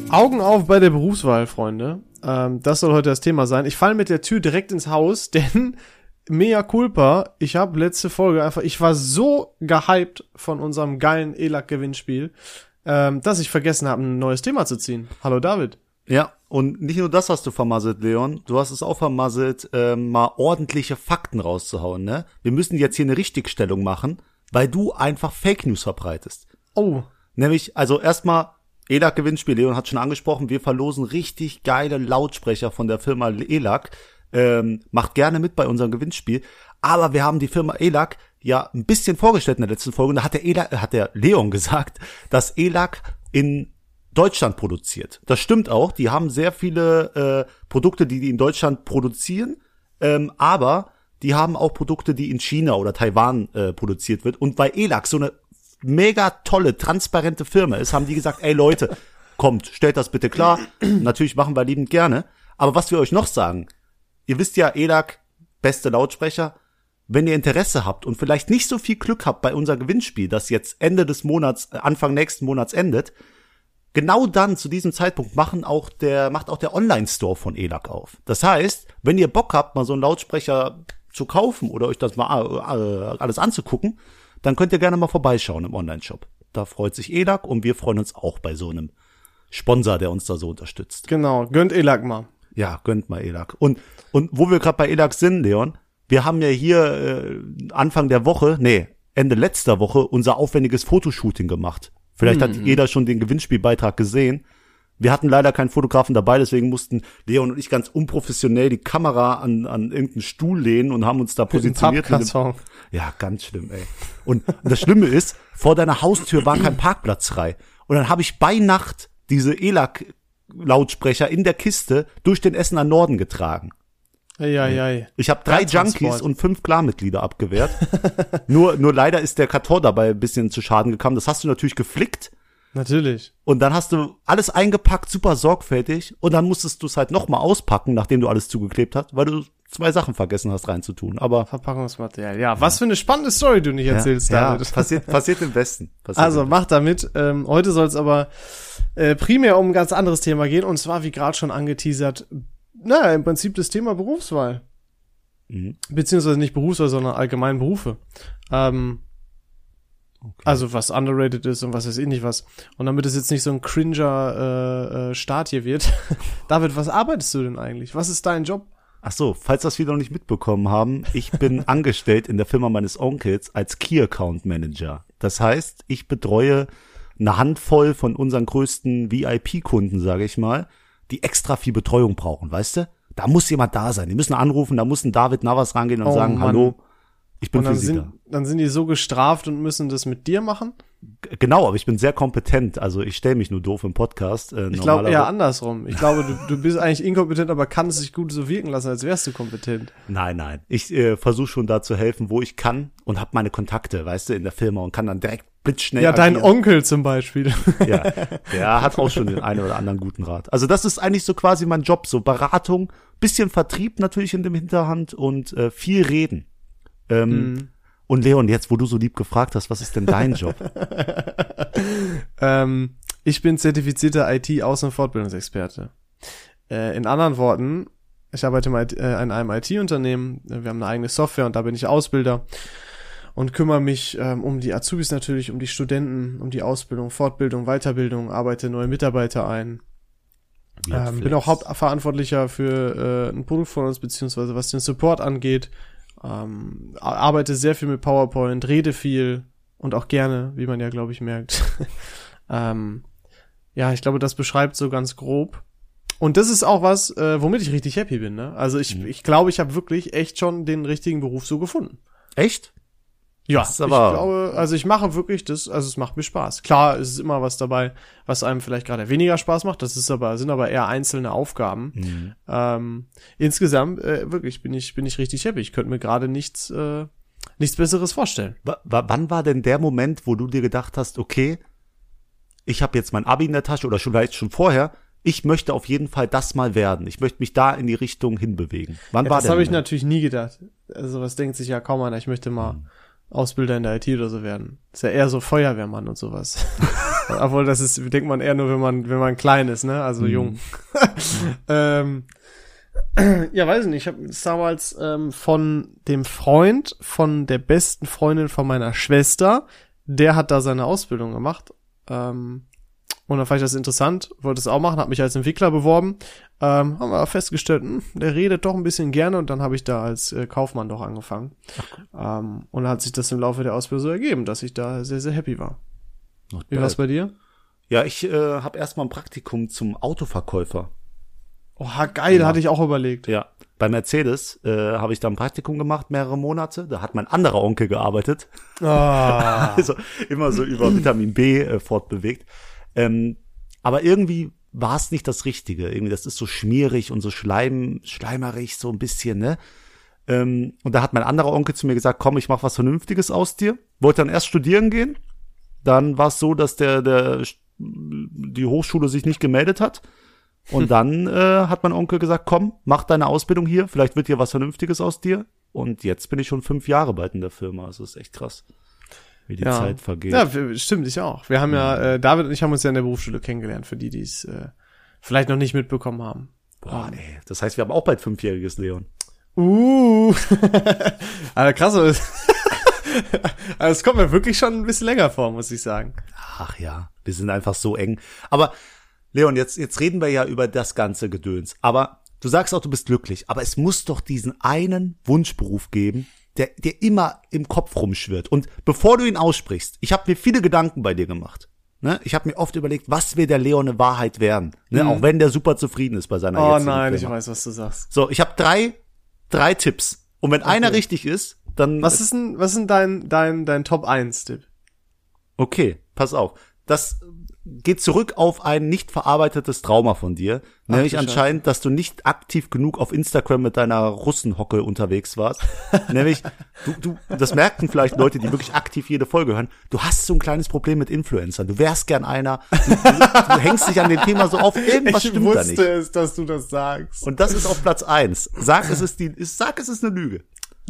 Augen auf bei der Berufswahl, Freunde. Das soll heute das Thema sein. Ich falle mit der Tür direkt ins Haus, denn mea culpa, ich habe letzte Folge ich war so gehypt von unserem geilen ELAC-Gewinnspiel, dass ich vergessen habe, ein neues Thema zu ziehen. Hallo David. Ja, und nicht nur das hast du vermasselt, Leon. Du hast es auch vermasselt, mal ordentliche Fakten rauszuhauen, ne? Wir müssen jetzt hier eine Richtigstellung machen, weil du einfach Fake News verbreitest. Oh. Nämlich, also erstmal ELAC-Gewinnspiel, Leon hat schon angesprochen, wir verlosen richtig geile Lautsprecher von der Firma ELAC. Macht gerne mit bei unserem Gewinnspiel. Aber wir haben die Firma ELAC ja ein bisschen vorgestellt in der letzten Folge. Und da hat der Leon gesagt, dass ELAC in Deutschland produziert. Das stimmt auch. Die haben sehr viele Produkte, die in Deutschland produzieren. Aber die haben auch Produkte, die in China oder Taiwan produziert wird. Und weil ELAC so eine mega tolle, transparente Firma ist, haben die gesagt, ey Leute, kommt, stellt das bitte klar. Natürlich machen wir liebend gerne. Aber was wir euch noch sagen, ihr wisst ja, ELAC, beste Lautsprecher. Wenn ihr Interesse habt und vielleicht nicht so viel Glück habt bei unser Gewinnspiel, das jetzt Ende des Monats, Anfang nächsten Monats endet, genau dann, zu diesem Zeitpunkt, macht auch der Online-Store von ELAC auf. Das heißt, wenn ihr Bock habt, mal so einen Lautsprecher zu kaufen oder euch das mal alles anzugucken, dann könnt ihr gerne mal vorbeischauen im Online-Shop. Da freut sich ELAC und wir freuen uns auch bei so einem Sponsor, der uns da so unterstützt. Genau, gönnt ELAC mal. Ja, gönnt mal ELAC. Und wo wir gerade bei ELAC sind, Leon, wir haben ja hier Ende letzter Woche unser aufwendiges Fotoshooting gemacht. Vielleicht hat jeder schon den Gewinnspielbeitrag gesehen. Wir hatten leider keinen Fotografen dabei, deswegen mussten Leon und ich ganz unprofessionell die Kamera an irgendeinen Stuhl lehnen und haben uns da positioniert. Ja, ganz schlimm, ey. Und das Schlimme ist, vor deiner Haustür war kein Parkplatz frei. Und dann habe ich bei Nacht diese ELAC-Lautsprecher in der Kiste durch den Essener Norden getragen. Ei. Ich habe 3 Junkies und 5 Klarmitglieder abgewehrt. nur leider ist der Karton dabei ein bisschen zu Schaden gekommen. Das hast du natürlich geflickt. Natürlich. Und dann hast du alles eingepackt, super sorgfältig. Und dann musstest du es halt nochmal auspacken, nachdem du alles zugeklebt hast, weil du 2 Sachen vergessen hast reinzutun. Aber Verpackungsmaterial. Ja, was für eine spannende Story du nicht erzählst, David. Ja, passiert im Besten. Mach damit. Heute soll es aber primär um ein ganz anderes Thema gehen. Und zwar, wie gerade schon angeteasert, im Prinzip das Thema Berufswahl. Beziehungsweise nicht Berufswahl, sondern allgemein Berufe. Okay. Also was underrated ist und was weiß ich nicht was. Und damit es jetzt nicht so ein cringer Start hier wird. David, was arbeitest du denn eigentlich? Was ist dein Job? Ach so, falls das viele noch nicht mitbekommen haben, ich bin angestellt in der Firma meines Onkels als Key Account Manager. Das heißt, ich betreue eine Handvoll von unseren größten VIP-Kunden, sage ich mal, die extra viel Betreuung brauchen, weißt du? Da muss jemand da sein. Die müssen anrufen, da muss ein David Navas rangehen und sagen, Mann. Hallo, ich bin für Sie da. Dann sind die so gestraft und müssen das mit dir machen? Genau, aber ich bin sehr kompetent. Also ich stelle mich nur doof im Podcast. Ich glaube eher andersrum. Ich glaube, du bist eigentlich inkompetent, aber kannst dich gut so wirken lassen, als wärst du kompetent. Nein. Ich versuche schon da zu helfen, wo ich kann und habe meine Kontakte, weißt du, in der Firma und kann dann direkt blitzschnell agieren. Dein Onkel zum Beispiel. Ja, der hat auch schon den einen oder anderen guten Rat. Also das ist eigentlich so quasi mein Job, so Beratung, bisschen Vertrieb natürlich in dem Hinterhand und viel reden. Und Leon, jetzt, wo du so lieb gefragt hast, was ist denn dein Job? Ich bin zertifizierter IT-Aus- und Fortbildungsexperte. In anderen Worten, ich arbeite mal in einem IT-Unternehmen. Wir haben eine eigene Software und da bin ich Ausbilder und kümmere mich um die Azubis natürlich, um die Studenten, um die Ausbildung, Fortbildung, Weiterbildung, arbeite neue Mitarbeiter ein. Bin auch Hauptverantwortlicher für ein Produkt von uns, beziehungsweise was den Support angeht. Arbeite sehr viel mit PowerPoint, rede viel und auch gerne, wie man ja, glaube ich, merkt. Ich glaube, das beschreibt so ganz grob. Und das ist auch was, womit ich richtig happy bin, ne? Also ich glaube, ich habe wirklich echt schon den richtigen Beruf so gefunden. Echt? Ja, ich glaube, also ich mache wirklich das, also es macht mir Spaß. Klar, es ist immer was dabei, was einem vielleicht gerade weniger Spaß macht, sind aber eher einzelne Aufgaben. Insgesamt, wirklich, bin ich richtig happy. Ich könnte mir gerade nichts Besseres vorstellen. Wann war denn der Moment, wo du dir gedacht hast, okay, ich habe jetzt mein Abi in der Tasche oder vielleicht schon vorher, ich möchte auf jeden Fall das mal werden. Ich möchte mich da in die Richtung hinbewegen. Wann war das habe ich natürlich nie gedacht. Also was denkt sich ja kaum einer, ich möchte mal Ausbilder in der IT oder so werden. Ist ja eher so Feuerwehrmann und sowas. Obwohl, denkt man eher nur, wenn man klein ist, ne? Also jung. Ja, weiß ich nicht. Ich habe damals von dem Freund von der besten Freundin von meiner Schwester, der hat da seine Ausbildung gemacht. Und dann fand ich das interessant, wollte es auch machen, habe mich als Entwickler beworben. Haben wir festgestellt, der redet doch ein bisschen gerne, und dann habe ich da als Kaufmann doch angefangen. Und dann hat sich das im Laufe der Ausbildung so ergeben, dass ich da sehr, sehr happy war. Wie war's bei dir? Ja, ich habe erstmal ein Praktikum zum Autoverkäufer. Oha, geil, hatte ich auch überlegt. Ja, bei Mercedes habe ich da ein Praktikum gemacht, mehrere Monate. Da hat mein anderer Onkel gearbeitet. Also immer so über Vitamin B fortbewegt. Aber irgendwie war es nicht das Richtige. Irgendwie, das ist so schmierig und so schleimerig, so ein bisschen, ne? Und da hat mein anderer Onkel zu mir gesagt, komm, ich mach was Vernünftiges aus dir. Wollte dann erst studieren gehen. Dann war es so, dass die Hochschule sich nicht gemeldet hat. Und dann hat mein Onkel gesagt, komm, mach deine Ausbildung hier. Vielleicht wird hier was Vernünftiges aus dir. Und jetzt bin ich schon 5 Jahre bald in der Firma. Also ist echt krass, wie die Zeit vergeht. Ja, stimmt, ich auch. Wir haben David und ich haben uns ja in der Berufsschule kennengelernt, für die es vielleicht noch nicht mitbekommen haben. Boah, ey. Das heißt, wir haben auch bald 5-jähriges Leon. Alter, krass. Also es kommt mir wirklich schon ein bisschen länger vor, muss ich sagen. Ach ja, wir sind einfach so eng. Aber Leon, jetzt reden wir ja über das ganze Gedöns. Aber du sagst auch, du bist glücklich. Aber es muss doch diesen einen Wunschberuf geben, der immer im Kopf rumschwirrt. Und bevor du ihn aussprichst, ich habe mir viele Gedanken bei dir gemacht. Ne? Ich habe mir oft überlegt, was will der Leon in Wahrheit werden? Ne? Auch wenn der super zufrieden ist bei seiner jetzigen nein, Firma. ich weiß, was du sagst. So, ich habe drei Tipps. Und wenn einer richtig ist, dann... Was ist denn dein Top 1-Tipp? Okay, pass auf. Das geht zurück auf ein nicht verarbeitetes Trauma von dir. Nämlich anscheinend, dass du nicht aktiv genug auf Instagram mit deiner Russenhocke unterwegs warst. Nämlich, du, das merken vielleicht Leute, die wirklich aktiv jede Folge hören. Du hast so ein kleines Problem mit Influencern. Du wärst gern einer. Du hängst dich an dem Thema so auf. Irgendwas stimmt da nicht. Ich wusste es, dass du das sagst. Und das ist auf Platz 1. Sag, es ist eine Lüge.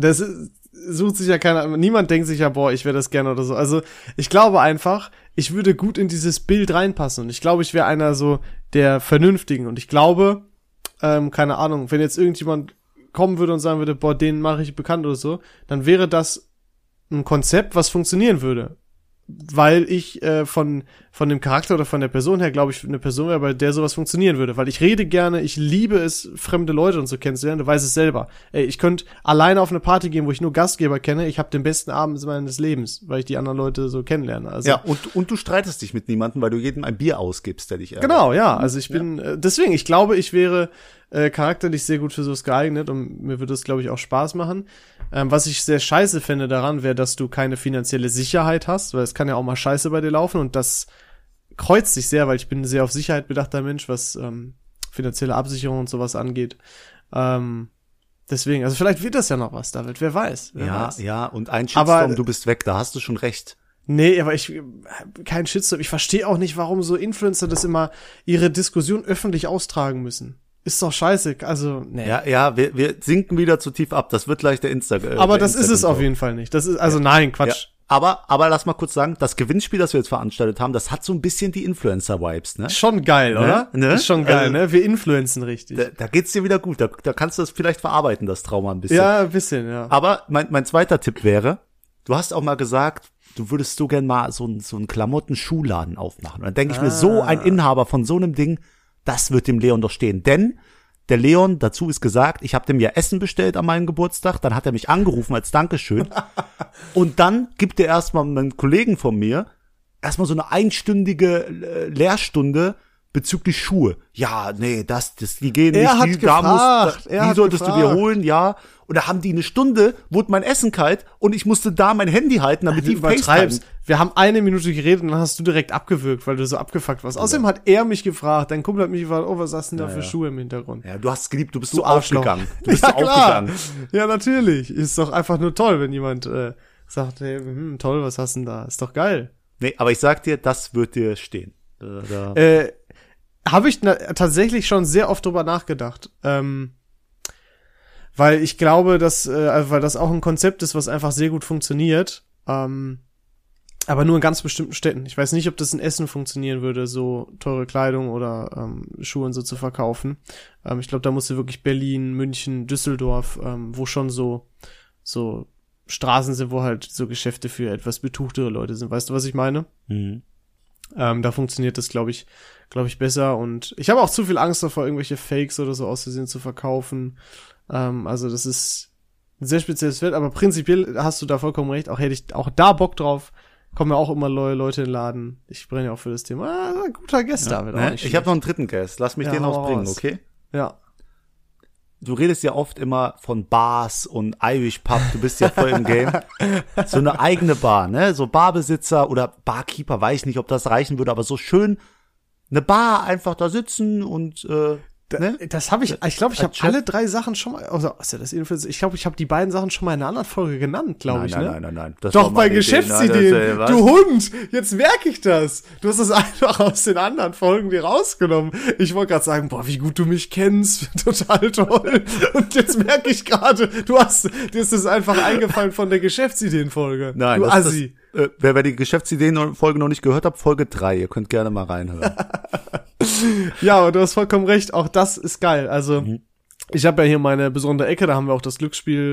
Sucht sich ja keiner, niemand denkt sich ja, boah, ich wäre das gerne oder so. Also, ich glaube einfach, ich würde gut in dieses Bild reinpassen, und ich glaube, ich wäre einer so der Vernünftigen, und ich glaube, keine Ahnung, wenn jetzt irgendjemand kommen würde und sagen würde, boah, den mache ich bekannt oder so, dann wäre das ein Konzept, was funktionieren würde. Weil ich von dem Charakter oder von der Person her, glaube ich, eine Person wäre, bei der sowas funktionieren würde. Weil ich rede gerne, ich liebe es, fremde Leute und so kennenzulernen, du weißt es selber. Ey, ich könnte alleine auf eine Party gehen, wo ich nur Gastgeber kenne, ich habe den besten Abend meines Lebens, weil ich die anderen Leute so kennenlerne. Also, ja, und du streitest dich mit niemandem, weil du jedem ein Bier ausgibst, der dich ärgert. Genau, ja, also ich bin, deswegen, ich glaube, ich wäre charakterlich sehr gut für sowas geeignet, und mir würde es, glaube ich, auch Spaß machen. Was ich sehr scheiße fände daran, wäre, dass du keine finanzielle Sicherheit hast, weil es kann ja auch mal scheiße bei dir laufen, und das kreuzt sich sehr, weil ich bin ein sehr auf Sicherheit bedachter Mensch, was finanzielle Absicherung und sowas angeht. Deswegen, also vielleicht wird das ja noch was, David, wer weiß. Ja, und ein Shitstorm, du bist weg, da hast du schon recht. Nee, aber kein Shitstorm. Ich verstehe auch nicht, warum so Influencer das immer ihre Diskussion öffentlich austragen müssen. Ist doch scheiße, also, nee. Ja, wir sinken wieder zu tief ab, das wird gleich der Instagram. Aber das ist es auf jeden Fall nicht. Das ist, also nein, Quatsch. Ja. Aber lass mal kurz sagen, das Gewinnspiel, das wir jetzt veranstaltet haben, das hat so ein bisschen die Influencer-Vibes, ne? Schon geil, oder? Ne? Ist schon geil, also, ne? Wir influenzen richtig. Da geht's dir wieder gut, da kannst du das vielleicht verarbeiten, das Trauma ein bisschen. Ja, ein bisschen, ja. Aber mein zweiter Tipp wäre, du hast auch mal gesagt, du würdest so gern mal so einen Klamotten-Schuhladen aufmachen. Und dann denke ich mir, so ein Inhaber von so einem Ding, das wird dem Leon doch stehen. Denn der Leon, dazu ist gesagt, ich habe dem ja Essen bestellt an meinem Geburtstag, dann hat er mich angerufen als Dankeschön. Und dann gibt er erstmal einem Kollegen von mir erstmal so eine einstündige Lehrstunde bezüglich Schuhe. Ja, nee, die gehen nicht, die solltest du dir holen, ja. Und da haben die eine Stunde, wurde mein Essen kalt, und ich musste da mein Handy halten, damit die übertreibst. Wir haben 1 Minute geredet, und dann hast du direkt abgewürgt, weil du so abgefuckt warst. Außerdem hat er mich gefragt, dein Kumpel hat mich gefragt, was hast du denn da für Schuhe im Hintergrund? Ja, du hast geliebt, du bist so aufgegangen. Du bist so aufgegangen. Ja, natürlich. Ist doch einfach nur toll, wenn jemand sagt, hey, toll, was hast du denn da? Ist doch geil. Nee, aber ich sag dir, das wird dir stehen. Habe ich tatsächlich schon sehr oft drüber nachgedacht. Weil ich glaube, dass weil das auch ein Konzept ist, was einfach sehr gut funktioniert. Aber nur in ganz bestimmten Städten. Ich weiß nicht, ob das in Essen funktionieren würde, so teure Kleidung oder Schuhe und so zu verkaufen. Ich glaube, da musst du wirklich Berlin, München, Düsseldorf, wo schon so Straßen sind, wo halt so Geschäfte für etwas betuchtere Leute sind. Weißt du, was ich meine? Mhm. Da funktioniert das, glaube ich, besser. Und ich habe auch zu viel Angst davor, irgendwelche Fakes oder so aus Versehen zu verkaufen. Also das ist ein sehr spezielles Feld, aber prinzipiell hast du da vollkommen recht. Auch hätte ich auch da Bock drauf. Kommen ja auch immer neue Leute in den Laden. Ich brenne ja auch für das Thema. Guter Guest, Ja, David. ne? Ich habe noch einen dritten Guest. Lass mich den auch bringen, okay? Ja. Du redest ja oft immer von Bars und Irish Pub. Du bist ja voll im Game. So eine eigene Bar, ne? So Barbesitzer oder Barkeeper, weiß ich nicht, ob das reichen würde, aber so schön eine Bar, einfach da sitzen und ne? Das habe ich glaube, ich habe Chef? alle 3 Sachen schon mal, also das Influencer, ich glaube, ich habe die beiden Sachen schon mal in einer anderen Folge genannt, glaube ich, ne? Nein. Das Doch, war bei meine Geschäftsideen. Idee, ne? Du Hund, jetzt merke ich das. Du hast das einfach aus den anderen Folgen dir rausgenommen. Ich wollte gerade sagen, boah, wie gut du mich kennst. Total toll. Und jetzt merke ich gerade, dir ist das einfach eingefallen von der Geschäftsideenfolge. Nein, du Assi. Wer die Geschäftsideen-Folge noch nicht gehört hat, Folge 3. Ihr könnt gerne mal reinhören. Ja, aber du hast vollkommen recht. Auch das ist geil. Also, ich habe ja hier meine besondere Ecke, da haben wir auch das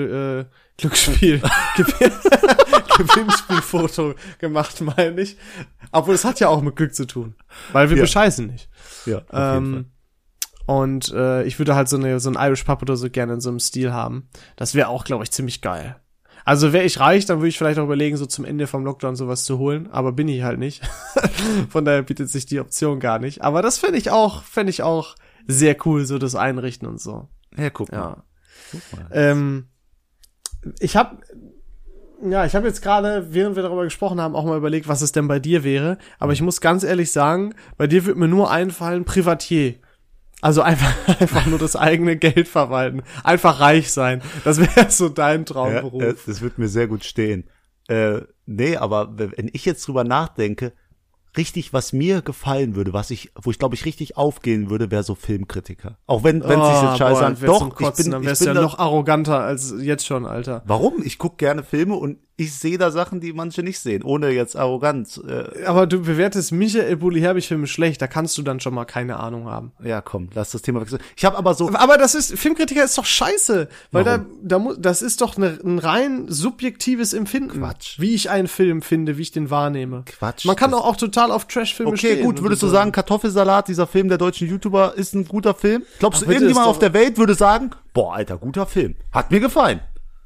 Gewinnspielfoto gemacht, meine ich. Obwohl, es hat ja auch mit Glück zu tun. Weil wir bescheißen nicht. Ja, auf jeden Fall. Und ich würde halt so ein Irish Pub oder so gerne in so einem Stil haben. Das wäre auch, glaube ich, ziemlich geil. Also wäre ich reich, dann würde ich vielleicht auch überlegen, so zum Ende vom Lockdown sowas zu holen. Aber bin ich halt nicht. Von daher bietet sich die Option gar nicht. Aber das fände ich auch sehr cool, so das Einrichten und so. Ja, guck mal. Ja. Guck mal. Ich habe jetzt gerade, während wir darüber gesprochen haben, auch mal überlegt, was es denn bei dir wäre. Aber ich muss ganz ehrlich sagen, bei dir wird mir nur einfallen, Privatier. Also einfach nur das eigene Geld verwalten. Einfach reich sein. Das wäre so dein Traumberuf. Ja, das wird mir sehr gut stehen. Nee, aber wenn ich jetzt drüber nachdenke, richtig, was mir gefallen würde, wo ich glaube ich richtig aufgehen würde, wäre so Filmkritiker. Auch wenn sich jetzt scheiße an. Doch, dann wärst du ja noch arroganter als jetzt schon, Alter. Warum? Ich gucke gerne Filme und ich sehe da Sachen, die manche nicht sehen, ohne jetzt arrogant. Aber du bewertest Michael Bulli-Herbig-Filme schlecht, da kannst du dann schon mal keine Ahnung haben. Ja, komm, lass das Thema wechseln. Ich habe aber so. Aber Filmkritiker ist doch scheiße, weil das ist doch ein rein subjektives Empfinden. Quatsch. Wie ich einen Film finde, wie ich den wahrnehme. Quatsch. Man kann doch auch total auf Trash-Filme stehen. Okay, gut, würdest du sagen, Kartoffelsalat, dieser Film der deutschen YouTuber, ist ein guter Film? Glaubst du, irgendjemand auf der Welt würde sagen, boah, Alter, guter Film. Hat mir gefallen.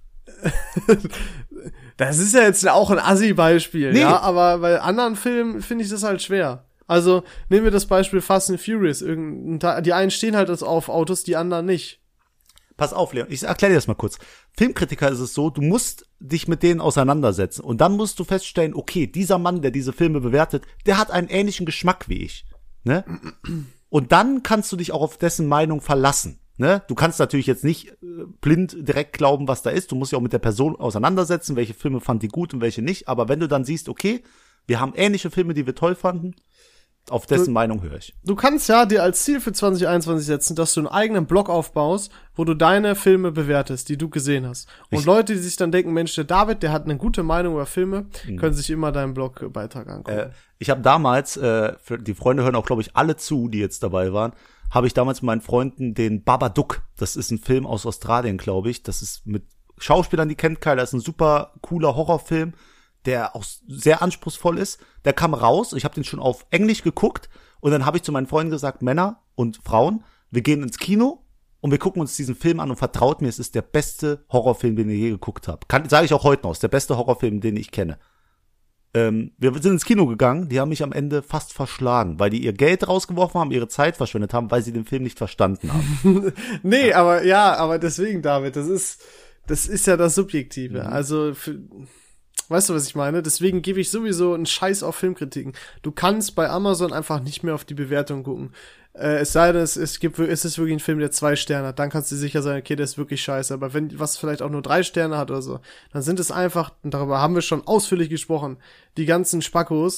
Das ist ja jetzt auch ein Assi-Beispiel, Nee. ja, aber bei anderen Filmen finde ich das halt schwer. Also, nehmen wir das Beispiel Fast and Furious. Die einen stehen halt auf Autos, die anderen nicht. Pass auf, Leon, ich erkläre dir das mal kurz. Filmkritiker ist es so, du musst dich mit denen auseinandersetzen und dann musst du feststellen, okay, dieser Mann, der diese Filme bewertet, der hat einen ähnlichen Geschmack wie ich, ne? Und dann kannst du dich auch auf dessen Meinung verlassen, ne? Du kannst natürlich jetzt nicht blind direkt glauben, was da ist. Du musst dich auch mit der Person auseinandersetzen, welche Filme fand die gut und welche nicht. Aber wenn du dann siehst, okay, wir haben ähnliche Filme, die wir toll fanden, auf dessen Meinung höre ich. Du kannst ja dir als Ziel für 2021 setzen, dass du einen eigenen Blog aufbaust, wo du deine Filme bewertest, die du gesehen hast. Und Leute, die sich dann denken, Mensch, der David, der hat eine gute Meinung über Filme, können sich immer deinen Blogbeitrag angucken. Ich habe damals, für die Freunde hören auch, glaube ich, alle zu, die jetzt dabei waren, habe ich damals mit meinen Freunden den Babadook, das ist ein Film aus Australien, glaube ich, das ist mit Schauspielern, die kennt keiner, das ist ein super cooler Horrorfilm, der auch sehr anspruchsvoll ist. Der kam raus, ich habe den schon auf Englisch geguckt und dann habe ich zu meinen Freunden gesagt, Männer und Frauen, wir gehen ins Kino und wir gucken uns diesen Film an und vertraut mir, es ist der beste Horrorfilm, den ich je geguckt habe. Sage ich auch heute noch, ist der beste Horrorfilm, den ich kenne. Wir sind ins Kino gegangen, die haben mich am Ende fast verschlagen, weil die ihr Geld rausgeworfen haben, ihre Zeit verschwendet haben, weil sie den Film nicht verstanden haben. Nee, aber deswegen, David, das ist ja das Subjektive. Also, weißt du, was ich meine? Deswegen gebe ich sowieso einen Scheiß auf Filmkritiken. Du kannst bei Amazon einfach nicht mehr auf die Bewertung gucken. Es sei denn, es ist wirklich ein Film, der 2 Sterne hat. Dann kannst du dir sicher sein, okay, der ist wirklich scheiße. Aber wenn was vielleicht auch nur 3 Sterne hat oder so, dann sind es einfach, und darüber haben wir schon ausführlich gesprochen, die ganzen Spackos,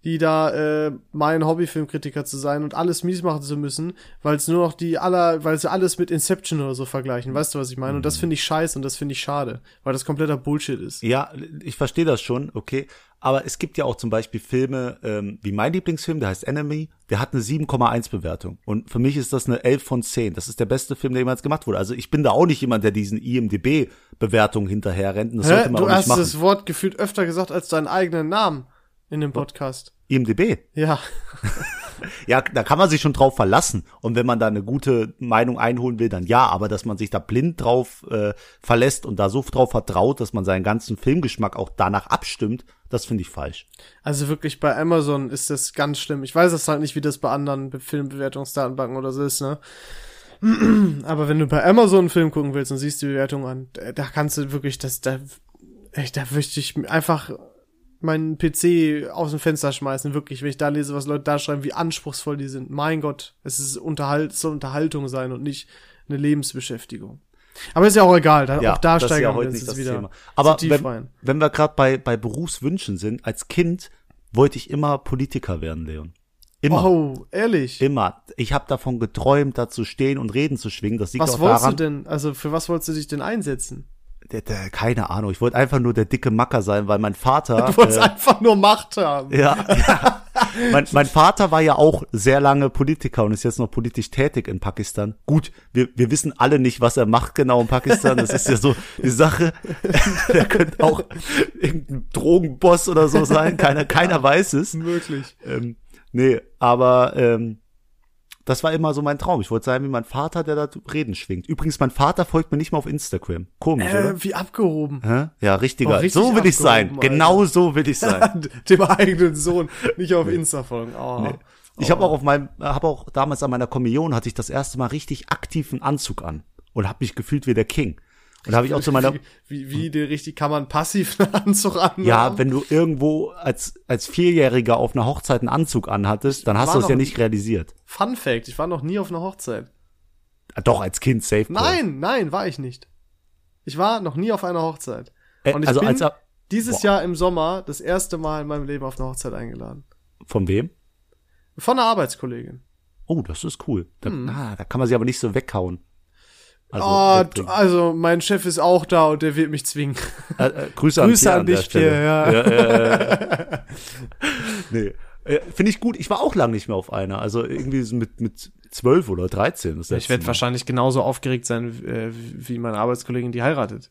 die da meinen, Hobbyfilmkritiker zu sein und alles mies machen zu müssen, weil es nur noch weil sie alles mit Inception oder so vergleichen. Weißt du, was ich meine? Und das finde ich scheiße und das finde ich schade, weil das kompletter Bullshit ist. Ja, ich verstehe das schon, okay. Aber es gibt ja auch zum Beispiel Filme, wie mein Lieblingsfilm, der heißt Enemy, der hat eine 7,1 Bewertung. Und für mich ist das eine 11 von 10. Das ist der beste Film, der jemals gemacht wurde. Also ich bin da auch nicht jemand, der diesen IMDb-Bewertungen hinterher rennt. Das sollte man Du auch nicht hast machen. das Wort gefühlt öfter gesagt als deinen eigenen Namen in dem Podcast. IMDb? Ja. Ja, da kann man sich schon drauf verlassen. Und wenn man da eine gute Meinung einholen will, dann ja. Aber dass man sich da blind drauf verlässt und da so drauf vertraut, dass man seinen ganzen Filmgeschmack auch danach abstimmt, das finde ich falsch. Also wirklich, bei Amazon ist das ganz schlimm. Ich weiß es halt nicht, wie das bei anderen Filmbewertungsdatenbanken oder so ist, ne? Aber wenn du bei Amazon einen Film gucken willst und siehst die Bewertung an, da kannst du wirklich, da möchte ich einfach meinen PC aus dem Fenster schmeißen, wirklich, wenn ich da lese, was Leute da schreiben, wie anspruchsvoll die sind. Mein Gott, es ist soll Unterhaltung sein und nicht eine Lebensbeschäftigung. Aber ist ja auch egal, auch da steigern wir uns wieder. Thema. Aber wenn wir gerade bei Berufswünschen sind, als Kind wollte ich immer Politiker werden, Leon. Immer. Oh, ehrlich? Immer. Ich habe davon geträumt, da zu stehen und Reden zu schwingen. Das liegt was auch daran. Was wolltest du denn, also für was wolltest du dich denn einsetzen? Keine Ahnung, ich wollte einfach nur der dicke Macker sein, weil mein Vater... Du wolltest einfach nur Macht haben. Ja. Mein Vater war ja auch sehr lange Politiker und ist jetzt noch politisch tätig in Pakistan. Gut, wir wissen alle nicht, was er macht genau in Pakistan. Das ist ja so die Sache. Der könnte auch irgendein Drogenboss oder so sein. Keiner weiß es. Wirklich. Nee, aber das war immer so mein Traum. Ich wollte sein wie mein Vater, der da Reden schwingt. Übrigens, mein Vater folgt mir nicht mal auf Instagram. Komisch, oder? Wie abgehoben. Ja, richtiger. Richtig so will ich sein. Alter. Genau so will ich sein. Dem eigenen Sohn nicht auf Insta folgen. Oh. Nee. Ich habe auch damals an meiner Kommunion hatte ich das erste Mal richtig aktiven Anzug an und habe mich gefühlt wie der King. Und da habe ich auch zu meiner kann man passiv einen Anzug anhaben? Ja, wenn du irgendwo als Vierjähriger auf einer Hochzeit einen Anzug anhattest, dann hast du es ja nicht realisiert. Fun Fact, ich war noch nie auf einer Hochzeit. Doch, als Kind safe. Nein, war ich nicht. Ich war noch nie auf einer Hochzeit. Und ich also bin dieses Jahr im Sommer das erste Mal in meinem Leben auf eine Hochzeit eingeladen. Von wem? Von einer Arbeitskollegin. Oh, das ist cool. Da kann man sie aber nicht so weghauen. Also mein Chef ist auch da und der wird mich zwingen. Grüße an dich, Pierre. Ja. Nee. Finde ich gut. Ich war auch lange nicht mehr auf einer. Also irgendwie mit 12 oder 13. Ich werde wahrscheinlich genauso aufgeregt sein, wie meine Arbeitskollegin, die heiratet.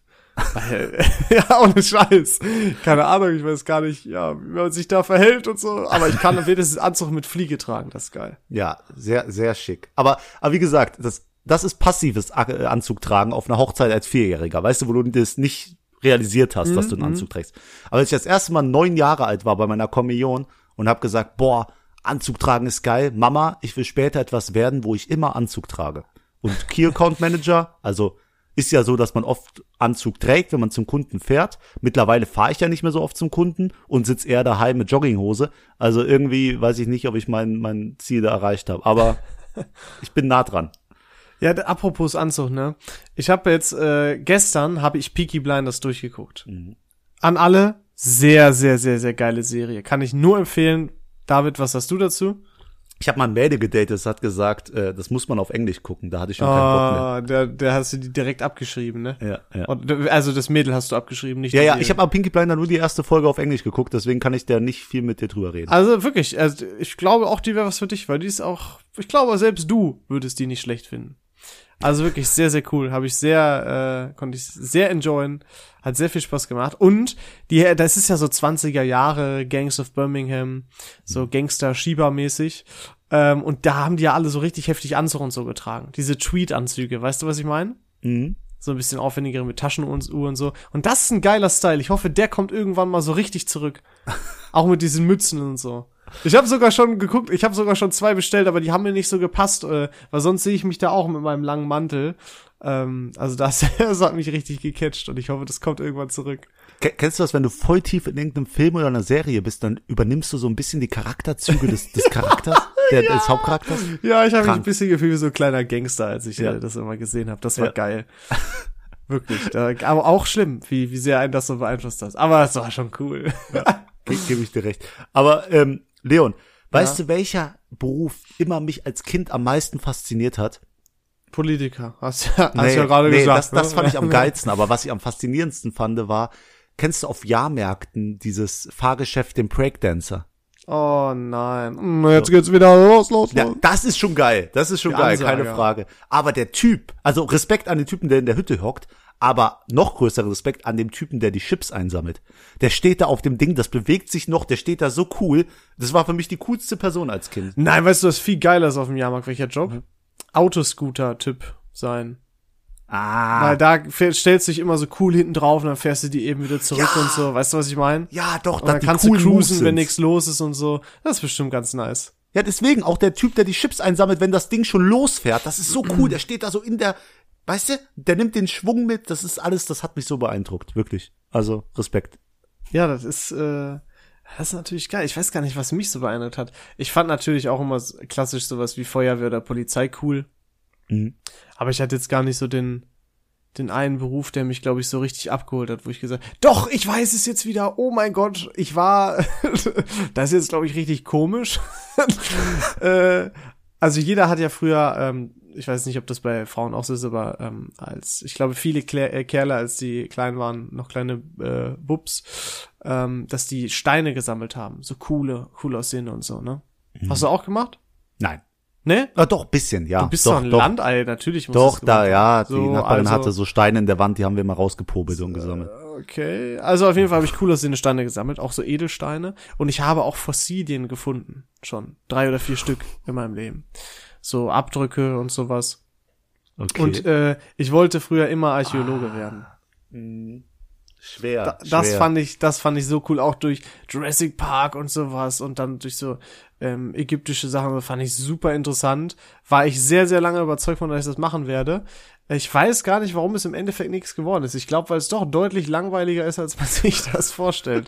Ja, ohne Scheiß. Keine Ahnung, ich weiß gar nicht, wie man sich da verhält und so. Aber ich kann wenigstens Anzug mit Fliege tragen, das ist geil. Ja, sehr, sehr schick. Aber wie gesagt, das ist passives Anzug tragen auf einer Hochzeit als Vierjähriger. Weißt du, wo du das nicht realisiert hast, dass du einen Anzug trägst. Aber als ich das erste Mal 9 Jahre alt war bei meiner Kommunion und habe gesagt, Anzug tragen ist geil. Mama, ich will später etwas werden, wo ich immer Anzug trage. Und Key Account Manager, also ist ja so, dass man oft Anzug trägt, wenn man zum Kunden fährt. Mittlerweile fahre ich ja nicht mehr so oft zum Kunden und sitze eher daheim mit Jogginghose. Also irgendwie weiß ich nicht, ob ich mein Ziel da erreicht habe. Aber ich bin nah dran. Ja, apropos Anzug, ne? Ich habe jetzt, gestern habe ich Peaky Blinders durchgeguckt. Mhm. An alle, sehr, sehr, sehr, sehr geile Serie. Kann ich nur empfehlen. David, was hast du dazu? Ich habe mal ein Mädel gedatet, das hat gesagt, das muss man auf Englisch gucken. Da hatte ich schon keinen Bock mehr. Der hast du die direkt abgeschrieben, ne? Ja. Und, also das Mädel hast du abgeschrieben, nicht Ja, ich habe aber Peaky Blinders nur die erste Folge auf Englisch geguckt, deswegen kann ich da nicht viel mit dir drüber reden. Also wirklich, ich glaube auch, die wäre was für dich, weil die ist auch, ich glaube, selbst du würdest die nicht schlecht finden. Also wirklich sehr, sehr cool. Konnte ich sehr enjoyen. Hat sehr viel Spaß gemacht. Und das ist ja so 20er Jahre, Gangs of Birmingham, so Gangster-Schieber-mäßig. Und da haben die ja alle so richtig heftig Anzug und so getragen. Diese Tweed-Anzüge, weißt du, was ich meine? Mhm. So ein bisschen aufwendigere mit Taschenuhr und so. Und das ist ein geiler Style. Ich hoffe, der kommt irgendwann mal so richtig zurück. Auch mit diesen Mützen und so. Ich habe sogar schon geguckt, ich habe sogar schon 2 bestellt, aber die haben mir nicht so gepasst, weil sonst sehe ich mich da auch mit meinem langen Mantel. Also das hat mich richtig gecatcht und ich hoffe, das kommt irgendwann zurück. Kennst du das, wenn du voll tief in irgendeinem Film oder einer Serie bist, dann übernimmst du so ein bisschen die Charakterzüge des Charakters, des Hauptcharakters? Ja, ich habe mich ein bisschen gefühlt wie so ein kleiner Gangster, als ich das immer gesehen habe. Das war geil. Wirklich. Aber auch schlimm, wie sehr einen das so beeinflusst hat. Aber es war schon cool. Ja, gebe ich dir recht. Aber Leon, weißt du, welcher Beruf immer mich als Kind am meisten fasziniert hat? Politiker, hast ja gerade gesagt. Das fand ich am geilsten, aber was ich am faszinierendsten fand, war, kennst du auf Jahrmärkten dieses Fahrgeschäft, den Breakdancer? Oh nein, jetzt geht's wieder los. Ja, das ist schon geil, keine Frage. Aber der Typ, also Respekt an den Typen, der in der Hütte hockt, aber noch größeren Respekt an dem Typen, der die Chips einsammelt. Der steht da auf dem Ding, das bewegt sich noch, der steht da so cool. Das war für mich die coolste Person als Kind. Nein, weißt du, was viel geiler ist auf dem Jahrmarkt, welcher Job? Autoscooter-Typ sein. Weil da stellst du dich immer so cool hinten drauf und dann fährst du die eben wieder zurück und so. Weißt du, was ich meine? Ja, doch. Und dann kannst du cruisen, wenn nichts los ist und so. Das ist bestimmt ganz nice. Ja, deswegen auch der Typ, der die Chips einsammelt, wenn das Ding schon losfährt. Das ist so cool. Der steht da so in der, weißt du, der nimmt den Schwung mit. Das ist alles, das hat mich so beeindruckt. Wirklich. Also, Respekt. Ja, das ist natürlich geil. Ich weiß gar nicht, was mich so beeindruckt hat. Ich fand natürlich auch immer klassisch sowas wie Feuerwehr oder Polizei cool. Mhm. Aber ich hatte jetzt gar nicht so den einen Beruf, der mich, glaube ich, so richtig abgeholt hat, wo ich gesagt, doch, ich weiß es jetzt wieder, oh mein Gott, ich war, das ist jetzt, glaube ich, richtig komisch. Also jeder hat ja früher, ich weiß nicht, ob das bei Frauen auch so ist, aber ich glaube, viele Kerle, als die klein waren, noch kleine Bubs, dass die Steine gesammelt haben, so cool aussehende und so, ne? Mhm. Hast du auch gemacht? Nein. Ne? Doch, bisschen, ja. Du bist doch ein Landei, natürlich musst Doch, da, ja, so, die Nachbarin also, hatte so Steine in der Wand, die haben wir immer rausgepobelt und gesammelt. Okay, also auf jeden Fall habe ich cool aussehende Steine gesammelt, auch so Edelsteine. Und ich habe auch Fossilien gefunden, schon 3 oder 4 Stück in meinem Leben. So Abdrücke und sowas. Okay. Und ich wollte früher immer Archäologe werden. Schwer. Das fand ich so cool, auch durch Jurassic Park und sowas und dann durch so ägyptische Sachen, das fand ich super interessant. War ich sehr, sehr lange überzeugt von, dass ich das machen werde. Ich weiß gar nicht, warum es im Endeffekt nichts geworden ist. Ich glaube, weil es doch deutlich langweiliger ist, als man sich das vorstellt.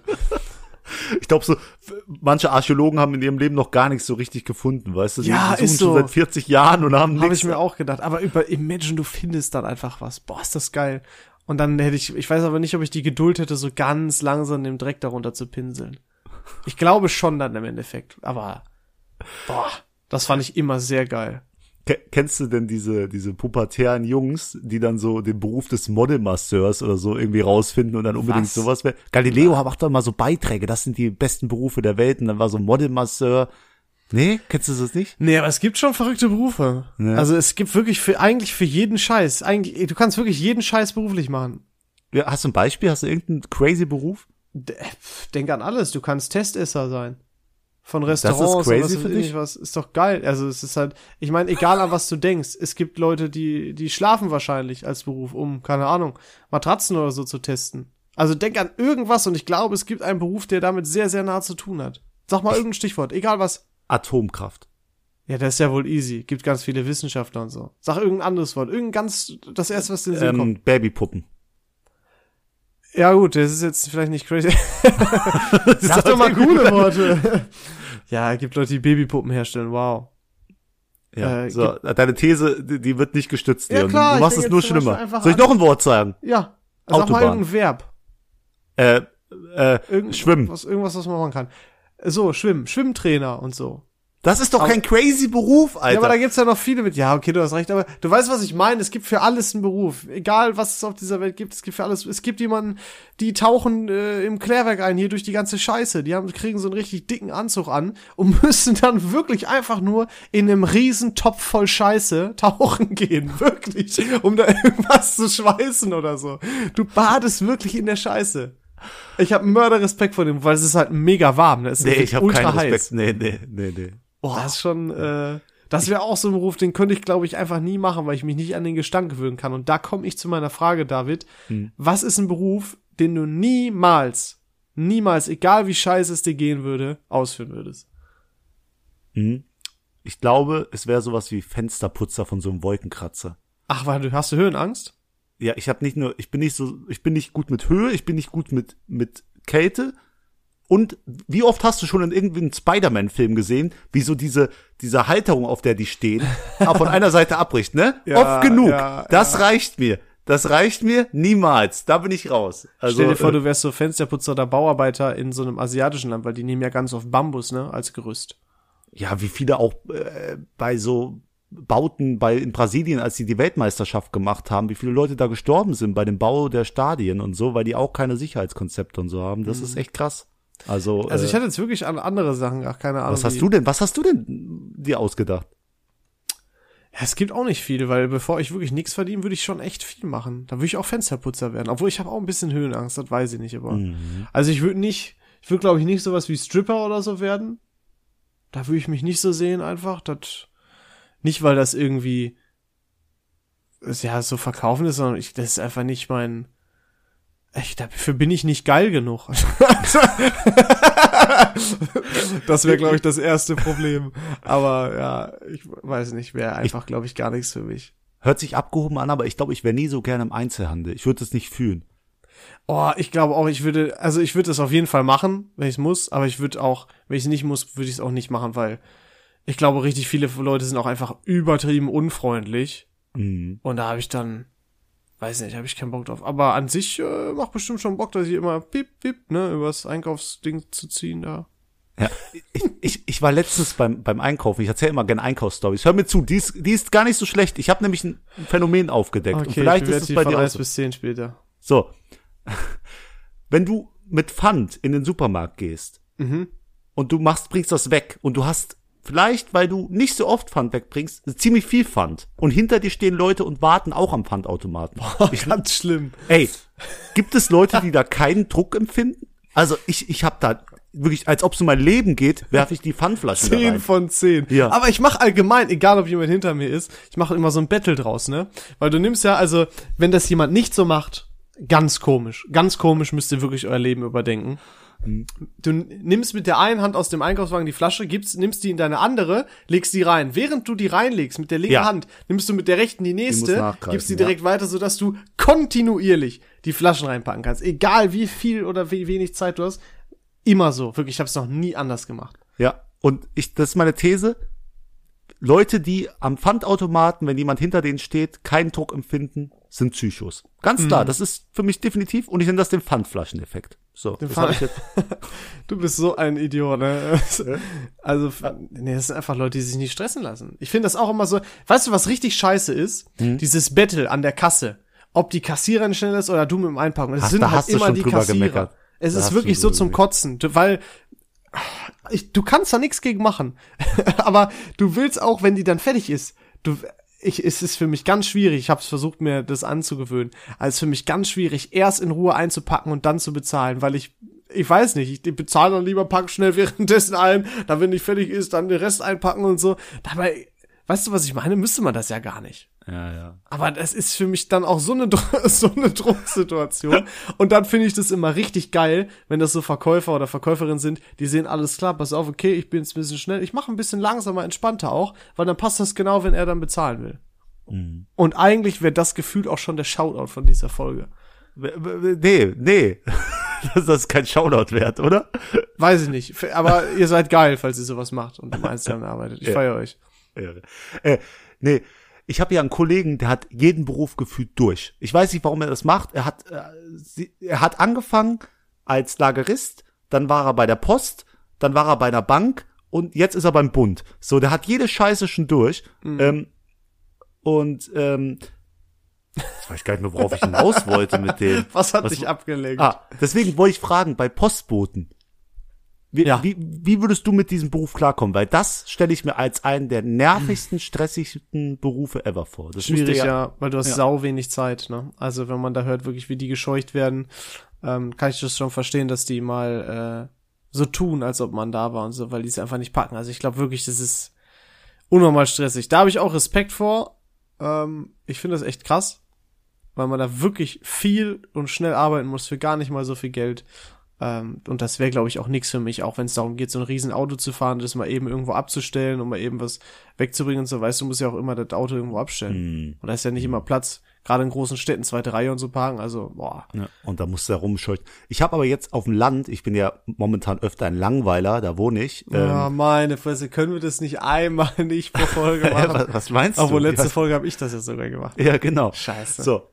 Ich glaube so, manche Archäologen haben in ihrem Leben noch gar nichts so richtig gefunden, weißt du? Die Ja, suchen ist so. schon seit 40 Jahren und haben nichts. Habe ich mir auch gedacht. Aber Imagine, du findest dann einfach was. Boah, ist das geil. Und dann hätte ich weiß aber nicht, ob ich die Geduld hätte, so ganz langsam den Dreck darunter zu pinseln. Ich glaube schon dann im Endeffekt. Aber, boah, das fand ich immer sehr geil. Kennst du denn diese pubertären Jungs, die dann so den Beruf des Modelmasseurs oder so irgendwie rausfinden und dann unbedingt sowas wäre? Galileo macht doch mal so Beiträge, das sind die besten Berufe der Welt und dann war so Modelmasseur. Nee, kennst du das nicht? Nee, aber es gibt schon verrückte Berufe. Ja. Also es gibt wirklich eigentlich für jeden Scheiß. Eigentlich, du kannst wirklich jeden Scheiß beruflich machen. Ja, hast du ein Beispiel? Hast du irgendeinen crazy Beruf? Denk an alles. Du kannst Testesser sein. Von Restaurants. Das ist crazy für dich? Was. Ist doch geil. Also es ist halt, ich meine, egal an was du denkst. Es gibt Leute, die schlafen wahrscheinlich als Beruf, um, keine Ahnung, Matratzen oder so zu testen. Also denk an irgendwas und ich glaube, es gibt einen Beruf, der damit sehr, sehr nah zu tun hat. Sag mal irgendein Stichwort, egal was. Atomkraft. Ja, das ist ja wohl easy. Gibt ganz viele Wissenschaftler und so. Sag irgendein anderes Wort. Das erste, was dir in den Sinn kommt. Babypuppen. Ja gut, das ist jetzt vielleicht nicht crazy. Sag doch mal coole Worte. Ja, gibt Leute, die Babypuppen herstellen. Wow. Ja, so, deine These, die wird nicht gestützt. Ja, klar, du machst es nur schlimmer. Soll ich noch ein Wort sagen? Ja. Sag mal irgendein Verb. Schwimmen. Irgendwas, was man machen kann. So, Schwimmtrainer und so. Das ist doch kein crazy Beruf, Alter. Ja, aber da gibt's ja noch viele mit. Ja, okay, du hast recht, aber du weißt, was ich meine. Es gibt für alles einen Beruf. Egal, was es auf dieser Welt gibt, es gibt für alles. Es gibt jemanden, die tauchen im Klärwerk ein, hier durch die ganze Scheiße. Kriegen so einen richtig dicken Anzug an und müssen dann wirklich einfach nur in einem riesen Topf voll Scheiße tauchen gehen. Wirklich. Um da irgendwas zu schweißen oder so. Du badest wirklich in der Scheiße. Ich habe Mörderrespekt vor dem, weil es ist halt mega warm. Ne? Es ist ich habe keinen Respekt. Heiß. Nee. Boah, das ist schon, das wäre auch so ein Beruf, den könnte ich, glaube ich, einfach nie machen, weil ich mich nicht an den Gestank gewöhnen kann. Und da komme ich zu meiner Frage, David. Was ist ein Beruf, den du niemals, egal wie scheiße es dir gehen würde, ausführen würdest? Ich glaube, es wäre sowas wie Fensterputzer von so einem Wolkenkratzer. Ach, hast du Höhenangst? Ja, ich bin nicht gut mit Höhe, ich bin nicht gut mit Kälte. Und wie oft hast du schon in irgendeinem Spider-Man-Film gesehen, wie so diese Halterung, auf der die stehen, von einer Seite abbricht, ne? Ja, oft genug. Ja, das reicht mir. Das reicht mir niemals. Da bin ich raus. Also, Stell dir vor, du wärst so Fensterputzer oder Bauarbeiter in so einem asiatischen Land, weil die nehmen ja ganz oft Bambus, ne, als Gerüst. ja, wie viele auch bei so Bauten in Brasilien, als die Weltmeisterschaft gemacht haben, wie viele Leute da gestorben sind bei dem Bau der Stadien und so, weil die auch keine Sicherheitskonzepte und so haben. Das ist echt krass. Also ich hatte jetzt wirklich an andere Sachen, ach, keine Ahnung. was hast du denn dir ausgedacht? Ja, es gibt auch nicht viel, weil bevor ich wirklich nichts verdiene, würde ich schon echt viel machen. Da würde ich auch Fensterputzer werden. Obwohl ich habe auch ein bisschen Höhenangst, das weiß ich nicht, aber. Also ich würde glaube ich nicht sowas wie Stripper oder so werden. Da würde ich mich nicht so sehen einfach. Das, nicht, weil das irgendwie ja so verkaufen ist, sondern das ist einfach nicht mein. Dafür bin ich nicht geil genug. Das wäre, glaube ich, das erste Problem. Aber ja, ich weiß nicht, wäre einfach, glaube ich, gar nichts für mich. Hört sich abgehoben an, aber ich glaube, ich wäre nie so gerne im Einzelhandel. Ich würde es nicht fühlen. Oh, ich glaube auch, ich würde das auf jeden Fall machen, wenn ich es muss, aber ich würde auch, wenn ich es nicht muss, würde ich es auch nicht machen, weil ich glaube, richtig viele Leute sind auch einfach übertrieben unfreundlich. Und da habe ich dann, weiß nicht, habe ich keinen Bock drauf. Aber an sich macht bestimmt schon Bock, dass ich immer piep, piep, ne, übers Einkaufsding zu ziehen da. Ja, ich war letztens beim Einkaufen. Ich erzähle immer gerne Einkaufsstories. Hör mir zu, die ist gar nicht so schlecht. Ich habe nämlich ein Phänomen aufgedeckt. Okay, und vielleicht ist es bei dir auch 1 so. bis 10 später. So, wenn du mit Pfand in den Supermarkt gehst und du bringst das weg und du hast vielleicht, weil du nicht so oft Pfand wegbringst, ziemlich viel Pfand. Und hinter dir stehen Leute und warten auch am Pfandautomaten. Ganz schlimm. Ey, gibt es Leute, die da keinen Druck empfinden? Also ich habe da wirklich, als ob es um mein Leben geht, werfe ich die Pfandflaschen da 10 rein. von 10. Ja. Aber ich mache allgemein, egal ob jemand hinter mir ist, ich mache immer so ein Battle draus, ne? Weil du nimmst ja, also, wenn das jemand nicht so macht, ganz komisch müsst ihr wirklich euer Leben überdenken. Du nimmst mit der einen Hand aus dem Einkaufswagen die Flasche, nimmst die in deine andere, legst die rein. Während du die reinlegst mit der linken Hand, nimmst du mit der rechten die nächste, gibst die direkt weiter, sodass du kontinuierlich die Flaschen reinpacken kannst. Egal wie viel oder wie wenig Zeit du hast. Immer so. Wirklich, ich habe es noch nie anders gemacht. Ja, und das ist meine These. Leute, die am Pfandautomaten, wenn jemand hinter denen steht, keinen Druck empfinden, sind Psychos. Ganz klar, das ist für mich definitiv, und ich nenne das den Pfandflascheneffekt. So, das hab ich jetzt. Du bist so ein Idiot, ne? Also, nee, das sind einfach Leute, die sich nicht stressen lassen. Ich finde das auch immer so, weißt du, was richtig scheiße ist? Dieses Battle an der Kasse. Ob die Kassiererin schnell ist oder du mit dem Einpacken. Es sind halt immer die Kassierer. Gemeckert. Es ist wirklich so zum Kotzen, weil du kannst da nichts gegen machen. Aber du willst auch, wenn die dann fertig ist, es ist für mich ganz schwierig, ich habe es versucht, mir das anzugewöhnen, also für mich ganz schwierig, erst in Ruhe einzupacken und dann zu bezahlen, weil ich weiß nicht, ich bezahle dann lieber, pack schnell währenddessen ein, dann wenn nicht fertig ist, dann den Rest einpacken und so. Dabei, weißt du, was ich meine? Müsste man das ja gar nicht. Ja. Aber das ist für mich dann auch so eine Drucksituation. Und dann finde ich das immer richtig geil, wenn das so Verkäufer oder Verkäuferinnen sind, die sehen, alles klar, pass auf, okay, ich bin jetzt ein bisschen schnell, ich mache ein bisschen langsamer, entspannter auch, weil dann passt das genau, wenn er dann bezahlen will. Und eigentlich wäre das gefühlt auch schon der Shoutout von dieser Folge. Nee. Das ist kein Shoutout wert, oder? Weiß ich nicht. Aber ihr seid geil, falls ihr sowas macht und im Einzelnen arbeitet. Ich feiere euch. Ja. Nee. Ich habe ja einen Kollegen, der hat jeden Beruf gefühlt durch. Ich weiß nicht, warum er das macht. Er hat angefangen als Lagerist, dann war er bei der Post, dann war er bei einer Bank und jetzt ist er beim Bund. So, der hat jede Scheiße schon durch. Jetzt weiß ich gar nicht mehr, worauf ich hinaus wollte mit dem. Was hat dich abgelenkt? Deswegen wollte ich fragen, bei Postboten. Wie würdest du mit diesem Beruf klarkommen? Weil das stelle ich mir als einen der nervigsten, stressigsten Berufe ever vor. Das schwierig, weil du hast sau wenig Zeit, ne? Also wenn man da hört wirklich, wie die gescheucht werden, kann ich das schon verstehen, dass die mal so tun, als ob man da war und so, weil die es einfach nicht packen. Also ich glaube wirklich, das ist unnormal stressig. Da habe ich auch Respekt vor. Ich finde das echt krass, weil man da wirklich viel und schnell arbeiten muss für gar nicht mal so viel Geld. Und das wäre, glaube ich, auch nichts für mich, auch wenn es darum geht, so ein riesen Auto zu fahren, das mal eben irgendwo abzustellen und mal eben was wegzubringen und so, weißt du, musst ja auch immer das Auto irgendwo abstellen. Und da ist ja nicht immer Platz, gerade in großen Städten, zweite Reihe und so parken, also, boah. Ja, und da musst du da rumscheuchen. Ich habe aber jetzt auf dem Land, ich bin ja momentan öfter ein Langweiler, da wohne ich. Ja, meine Fresse, können wir das nicht einmal nicht pro Folge machen? Was meinst du? Obwohl, letzte Folge habe ich das ja sogar gemacht. Ja, genau. Scheiße. So.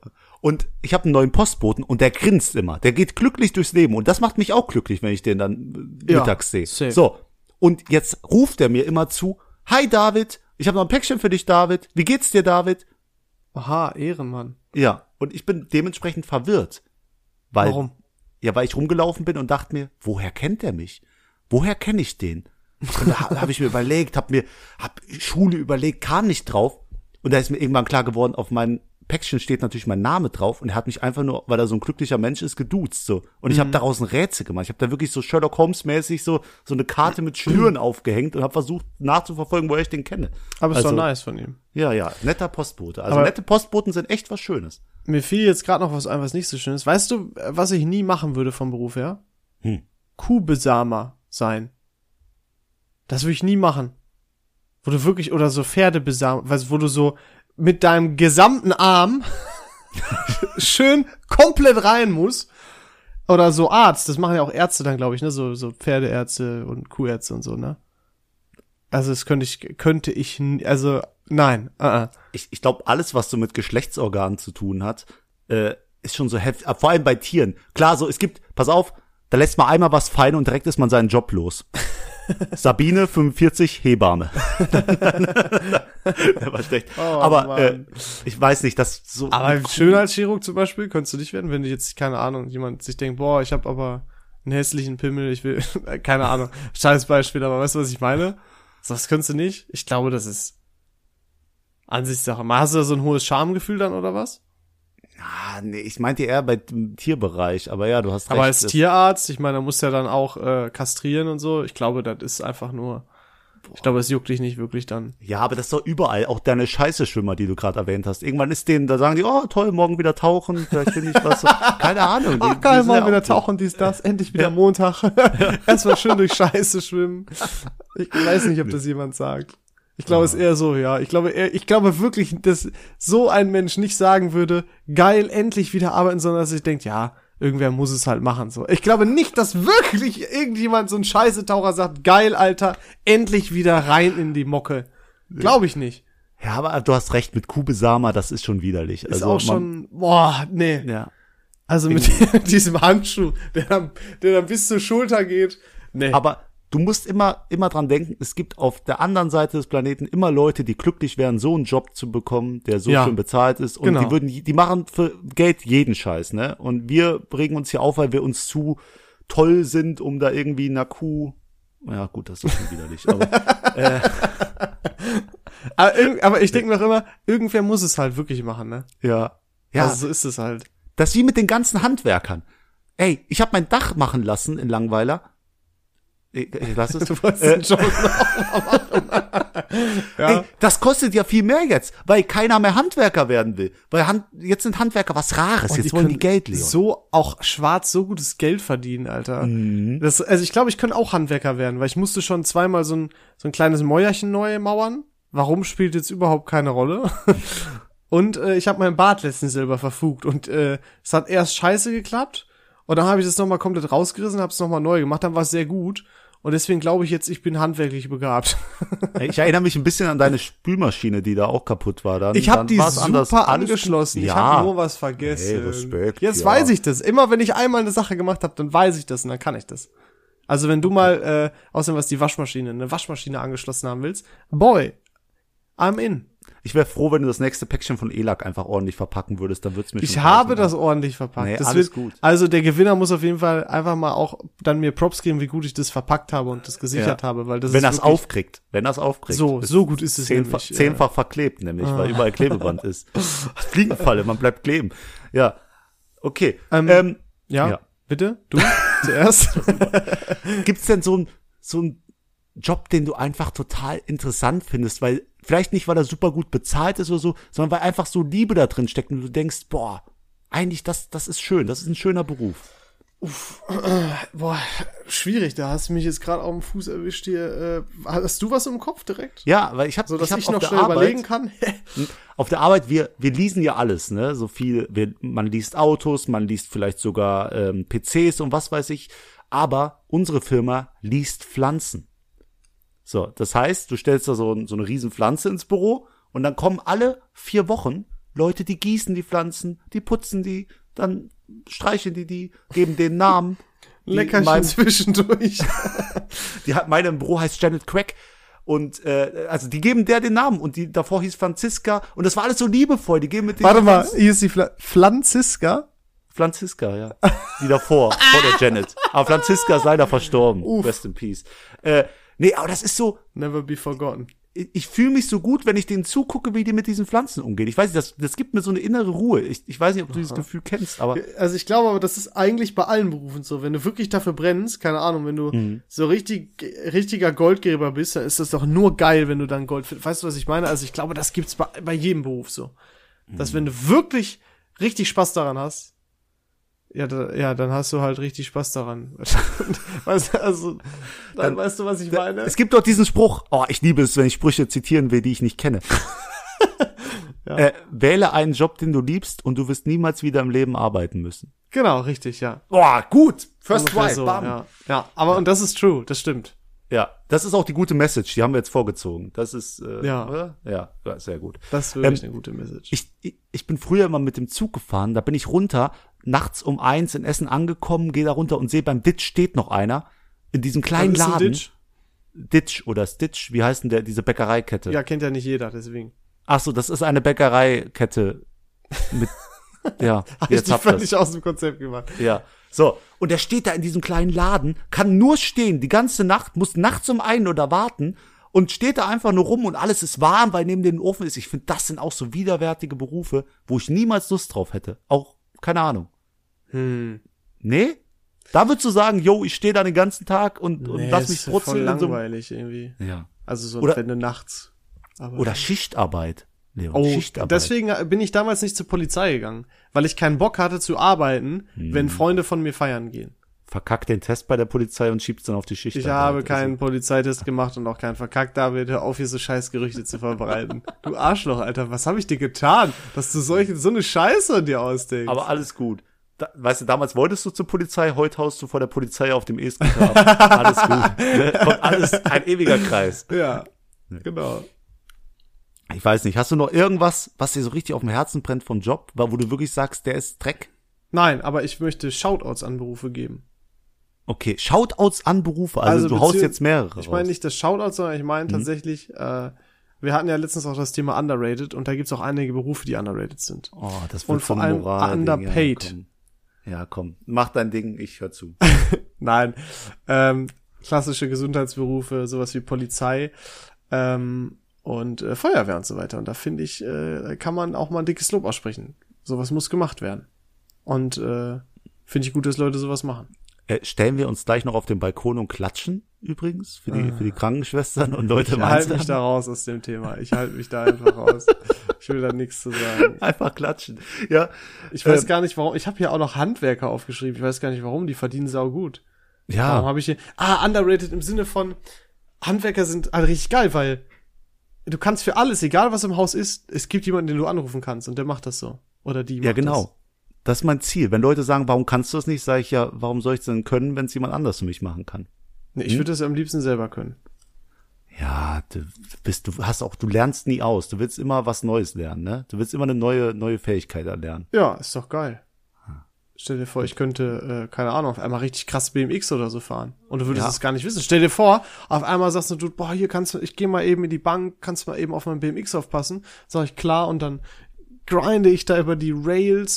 Und ich habe einen neuen Postboten und der grinst immer. Der geht glücklich durchs Leben. Und das macht mich auch glücklich, wenn ich den dann mittags sehe. So, und jetzt ruft er mir immer zu, hi David, ich habe noch ein Päckchen für dich, David. Wie geht's dir, David? Aha, Ehrenmann. Ja, und ich bin dementsprechend verwirrt. Warum? Ja, weil ich rumgelaufen bin und dachte mir, woher kennt er mich? Woher kenne ich den? Und da habe ich mir überlegt, hab Schule überlegt, kam nicht drauf. Und da ist mir irgendwann klar geworden, auf meinem Päckchen steht natürlich mein Name drauf und er hat mich einfach nur, weil er so ein glücklicher Mensch ist, geduzt so. Und ich habe daraus ein Rätsel gemacht. Ich habe da wirklich so Sherlock Holmes mäßig so eine Karte mit Schnüren aufgehängt und habe versucht nachzuverfolgen, woher ich den kenne. Aber ist doch nice von ihm. Ja, netter Postbote. Also aber nette Postboten sind echt was Schönes. Mir fiel jetzt gerade noch was ein, was nicht so schön ist. Weißt du, was ich nie machen würde vom Beruf her? Kuhbesamer sein. Das würde ich nie machen. Wo du wirklich, oder so Pferdebesamer, wo du so mit deinem gesamten Arm schön komplett rein musst. Oder so Arzt, das machen ja auch Ärzte dann, glaube ich, ne, so Pferdeärzte und Kuhärzte und so, ne? Also das könnte ich, also nein. Ich glaube, alles, was so mit Geschlechtsorganen zu tun hat, ist schon so heftig, vor allem bei Tieren. Klar, so, es gibt, pass auf, da lässt man einmal was fallen und direkt ist man seinen Job los. Sabine, 45, Hebamme. Der war schlecht. Aber ich weiß nicht, das so. Aber Schönheitschirurg zum Beispiel könntest du nicht werden, wenn du jetzt, keine Ahnung, jemand sich denkt, boah, ich habe aber einen hässlichen Pimmel, ich will, keine Ahnung, scheiß Beispiel, aber weißt du, was ich meine? Das könntest du nicht. Ich glaube, das ist Ansichtssache. Hast du da so ein hohes Schamgefühl dann, oder was? Nee, ich meinte eher beim Tierbereich, aber ja, du hast recht. Aber als Tierarzt, ich meine, da musst du ja dann auch kastrieren und so. Ich glaube, das ist einfach nur, ich glaube, es juckt dich nicht wirklich dann. Ja, aber das ist doch überall, auch deine Scheiße-Schwimmer, die du gerade erwähnt hast. Irgendwann ist denen, da sagen die, oh toll, morgen wieder tauchen, vielleicht finde ich was. Keine Ahnung. Ach geil, morgen wieder tauchen, dies, das, endlich wieder Montag. Erstmal schön durch Scheiße schwimmen. Ich weiß nicht, ob das jemand sagt. Ich glaube, es ist eher so, ja. Ich glaube wirklich, dass so ein Mensch nicht sagen würde, geil, endlich wieder arbeiten, sondern dass sich denkt, ja, irgendwer muss es halt machen, so. Ich glaube nicht, dass wirklich irgendjemand so ein Scheißetaucher sagt, geil, Alter, endlich wieder rein in die Mocke. Glaube ich nicht. Ja, aber du hast recht, mit Kuhbesamer, das ist schon widerlich. Ist auch schon, boah, nee. Ja. Also mit diesem Handschuh, der dann bis zur Schulter geht. Nee. Aber du musst immer dran denken, es gibt auf der anderen Seite des Planeten immer Leute, die glücklich wären, so einen Job zu bekommen, der so schön bezahlt ist. Und die machen für Geld jeden Scheiß, ne? Und wir regen uns hier auf, weil wir uns zu toll sind, um da irgendwie einer Kuh, ja gut, das ist schon widerlich, aber ich denke noch immer, irgendwer muss es halt wirklich machen, ne? Ja. Also so ist es halt. Das ist wie mit den ganzen Handwerkern. Ey, ich habe mein Dach machen lassen in Langweiler. Ich lass es. Du wolltest den Joke noch machen. Ja. Ey, das kostet ja viel mehr jetzt, weil keiner mehr Handwerker werden will. Weil jetzt sind Handwerker was Rares, und jetzt wollen die Geld, Leon. So auch schwarz so gutes Geld verdienen, Alter. Mhm. Also ich glaube, ich könnte auch Handwerker werden, weil ich musste schon zweimal so ein kleines Mäuerchen neu mauern. Warum, spielt jetzt überhaupt keine Rolle. Und ich habe mein Bad letztens selber verfugt und es hat erst scheiße geklappt und dann habe ich das nochmal komplett rausgerissen, habe es nochmal neu gemacht, dann war es sehr gut. Und deswegen glaube ich jetzt, ich bin handwerklich begabt. Ich erinnere mich ein bisschen an deine Spülmaschine, die da auch kaputt war. Ich habe die super angeschlossen. Ja. Ich habe nur was vergessen. Hey, Respekt, jetzt weiß ich das. Immer wenn ich einmal eine Sache gemacht habe, dann weiß ich das und dann kann ich das. Also wenn du mal, außerdem was die Waschmaschine, eine Waschmaschine angeschlossen haben willst, boy, I'm in. Ich wäre froh, wenn du das nächste Päckchen von ELAC einfach ordentlich verpacken würdest, dann wird's mir Ich habe das ordentlich verpackt. Nee, das alles gut. Also der Gewinner muss auf jeden Fall einfach mal auch dann mir Props geben, wie gut ich das verpackt habe und das gesichert habe, weil das wenn ist das aufkriegt. So gut ist es nämlich. Zehnfach verklebt nämlich, weil überall Klebeband ist. Fliegenfalle, man bleibt kleben. Ja. Okay. Ja. Bitte? Du zuerst? Gibt's denn so ein Job, den du einfach total interessant findest, weil vielleicht nicht, weil er super gut bezahlt ist oder so, sondern weil einfach so Liebe da drin steckt und du denkst, boah, eigentlich das ist schön, das ist ein schöner Beruf. Boah, schwierig, da hast du mich jetzt gerade auf dem Fuß erwischt hier. Hast du was im Kopf direkt? Ja, weil ich hab so, dass ich auf noch der schnell Arbeit, überlegen kann. auf der Arbeit, wir lesen ja alles, ne, so viel, man liest Autos, man liest vielleicht sogar PCs und was weiß ich, aber unsere Firma liest Pflanzen. So, das heißt, du stellst da so eine riesen Pflanze ins Büro und dann kommen alle 4 Wochen Leute, die gießen die Pflanzen, die putzen die, dann streicheln die, geben den Namen. Leckerchen zwischendurch. Meine im Büro heißt Janet Craig. Und also die geben der den Namen und die davor hieß Franziska und das war alles so liebevoll. Die geben mit Warte mal, hier ist die Franziska? Franziska, ja. Die davor, vor der Janet. Aber Franziska ist leider verstorben. Rest in peace. Nee, aber das ist so. Never be forgotten. Ich fühle mich so gut, wenn ich denen zugucke, wie die mit diesen Pflanzen umgehen. Ich weiß nicht, das gibt mir so eine innere Ruhe. Ich weiß nicht, ob du dieses Gefühl kennst, aber. Also ich glaube aber, das ist eigentlich bei allen Berufen so. Wenn du wirklich dafür brennst, keine Ahnung, wenn du so richtiger Goldgräber bist, dann ist das doch nur geil, wenn du dann Gold findest. Weißt du, was ich meine? Also ich glaube, das gibt's bei jedem Beruf so. Dass wenn du wirklich richtig Spaß daran hast, dann hast du halt richtig Spaß daran. Weißt du, also, dann weißt du, was ich meine? Es gibt doch diesen Spruch, ich liebe es, wenn ich Sprüche zitieren will, die ich nicht kenne. Ja. Wähle einen Job, den du liebst und du wirst niemals wieder im Leben arbeiten müssen. Genau, richtig, ja. Boah, gut. First try, so, bam. Ja, aber und das ist true, das stimmt. Ja, das ist auch die gute Message, die haben wir jetzt vorgezogen. Das ist, oder? Ja, sehr gut. Das ist wirklich eine gute Message. Ich bin früher immer mit dem Zug gefahren, da bin ich runter, nachts um 1 in Essen angekommen, gehe da runter und sehe, beim Ditch steht noch einer, in diesem kleinen Laden. Ditch oder Stitch, wie heißt denn diese Bäckereikette? Ja, kennt ja nicht jeder, deswegen. Ach so, das ist eine Bäckereikette mit, ja, jetzt habt ihr völlig aus dem Konzept gemacht. Ja. So, und der steht da in diesem kleinen Laden, kann nur stehen, die ganze Nacht, muss nachts um 1 oder warten und steht da einfach nur rum und alles ist warm, weil neben dem Ofen ist. Ich finde, das sind auch so widerwärtige Berufe, wo ich niemals Lust drauf hätte. Auch, keine Ahnung. Nee? Da würdest du sagen, ich stehe da den ganzen Tag und lass mich brutzeln. Voll langweilig irgendwie. Ja. Also so, oder, wenn du nachts. Oder Schichtarbeit. Leon, Schichtarbeit. Deswegen bin ich damals nicht zur Polizei gegangen, weil ich keinen Bock hatte zu arbeiten, wenn Freunde von mir feiern gehen. Verkackt den Test bei der Polizei und schiebst dann auf die Schichtarbeit. Ich habe keinen Polizeitest gemacht und auch keinen verkackt, David. Hör auf, hier so scheiß Gerüchte zu verbreiten. Du Arschloch, Alter, was habe ich dir getan, dass du so eine Scheiße an dir ausdenkst? Aber alles gut. Weißt du, damals wolltest du zur Polizei, heute haust du vor der Polizei auf dem E-Scooter ab. Alles gut. Kommt alles ein ewiger Kreis. Ja, genau. Ich weiß nicht, hast du noch irgendwas, was dir so richtig auf dem Herzen brennt vom Job, wo du wirklich sagst, der ist Dreck? Nein, aber ich möchte Shoutouts an Berufe geben. Okay, Shoutouts an Berufe, also du haust jetzt mehrere Ich meine nicht das Shoutouts, sondern ich meine tatsächlich, wir hatten ja letztens auch das Thema underrated und da gibt's auch einige Berufe, die underrated sind. Oh, das wird und vor allem underpaid. Ja, komm, mach dein Ding, ich hör zu. Nein, klassische Gesundheitsberufe, sowas wie Polizei, und Feuerwehr und so weiter. Und da finde ich, kann man auch mal ein dickes Lob aussprechen. Sowas muss gemacht werden. Und finde ich gut, dass Leute sowas machen. Stellen wir uns gleich noch auf den Balkon und klatschen übrigens für die Krankenschwestern und Leute im Ich halte mich da raus aus dem Thema. Ich halte mich da einfach raus. Ich will da nichts zu sagen. Einfach klatschen. Ja. Ich weiß gar nicht, warum. Ich habe hier auch noch Handwerker aufgeschrieben. Ich weiß gar nicht, warum. Die verdienen saugut. Ja. Warum habe ich hier... underrated im Sinne von Handwerker sind halt richtig geil, weil du kannst für alles, egal was im Haus ist, es gibt jemanden, den du anrufen kannst und der macht das so. Oder die macht Ja, genau. Das ist mein Ziel. Wenn Leute sagen, warum kannst du das nicht, sage ich ja, warum soll ich es denn können, wenn es jemand anders für mich machen kann? Nee, ich würde das am liebsten selber können. Ja, du lernst nie aus. Du willst immer was Neues lernen, ne? Du willst immer eine neue Fähigkeit erlernen. Ja, ist doch geil. Stell dir vor, ich könnte, keine Ahnung, auf einmal richtig krass BMX oder so fahren. Und du würdest es gar nicht wissen. Stell dir vor, auf einmal sagst du, hier ich gehe mal eben in die Bank, kannst mal eben auf mein BMX aufpassen. Sag ich, klar, und dann grinde ich da über die Rails.